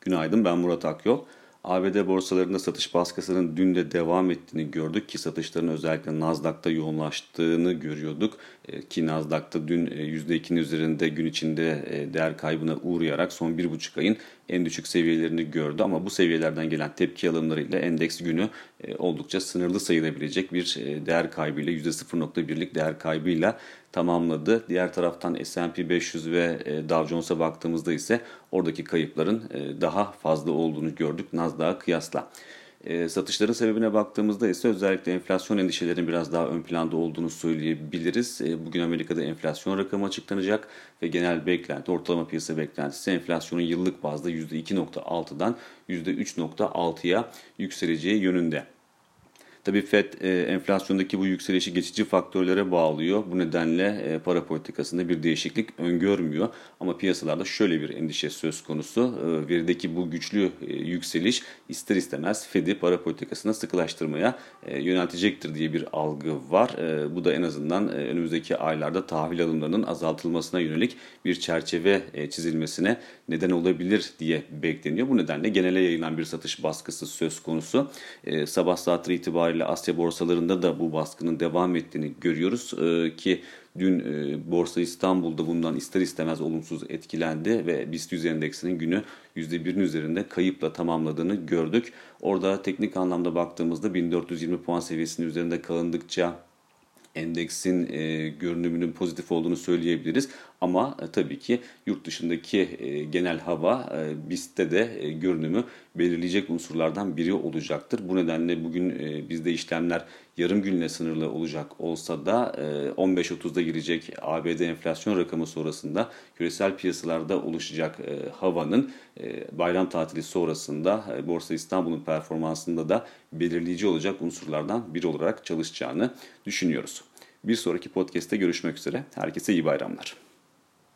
Günaydın, ben Murat Akyol. ABD borsalarında satış baskısının dün de devam ettiğini gördük ki satışların özellikle Nasdaq'ta yoğunlaştığını görüyorduk. Ki Nasdaq'ta dün %2'nin üzerinde gün içinde değer kaybına uğrayarak son 1,5 ayın en düşük seviyelerini gördü. Ama bu seviyelerden gelen tepki alımlarıyla endeks günü oldukça sınırlı sayılabilecek bir değer kaybıyla %0,1'lik değer kaybıyla tamamladı. Diğer taraftan S&P 500 ve Dow Jones'a baktığımızda ise oradaki kayıpların daha fazla olduğunu gördük Nasdaq'a kıyasla. Satışların sebebine baktığımızda ise özellikle enflasyon endişelerinin biraz daha ön planda olduğunu söyleyebiliriz. Bugün Amerika'da enflasyon rakamı açıklanacak ve genel beklenti, ortalama piyasa beklentisi enflasyonun yıllık bazda %2,6'dan %3,6'ya yükseleceği yönünde. Tabii FED enflasyondaki bu yükselişi geçici faktörlere bağlıyor. Bu nedenle para politikasında bir değişiklik öngörmüyor. Ama piyasalarda şöyle bir endişe söz konusu. Verideki bu güçlü yükseliş ister istemez FED'i para politikasına sıkılaştırmaya yöneltecektir diye bir algı var. Bu da en azından önümüzdeki aylarda tahvil alımlarının azaltılmasına yönelik bir çerçeve çizilmesine neden olabilir diye bekleniyor. Bu nedenle genele yayılan bir satış baskısı söz konusu. Sabah saatleri itibariyle Asya borsalarında da bu baskının devam ettiğini görüyoruz ki dün Borsa İstanbul'da bundan ister istemez olumsuz etkilendi ve BIST 100 endeksinin günü %1'in üzerinde kayıpla tamamladığını gördük. Orada teknik anlamda baktığımızda 1420 puan seviyesinin üzerinde kalındıkça endeksin görünümünün pozitif olduğunu söyleyebiliriz. Ama tabii ki yurt dışındaki genel hava BIST'te de görünümü belirleyecek unsurlardan biri olacaktır. Bu nedenle bugün bizde işlemler yarım günle sınırlı olacak olsa da 15.30'da girecek ABD enflasyon rakamı sonrasında küresel piyasalarda oluşacak havanın bayram tatili sonrasında Borsa İstanbul'un performansında da belirleyici olacak unsurlardan biri olarak çalışacağını düşünüyoruz. Bir sonraki podcast'te görüşmek üzere. Herkese iyi bayramlar.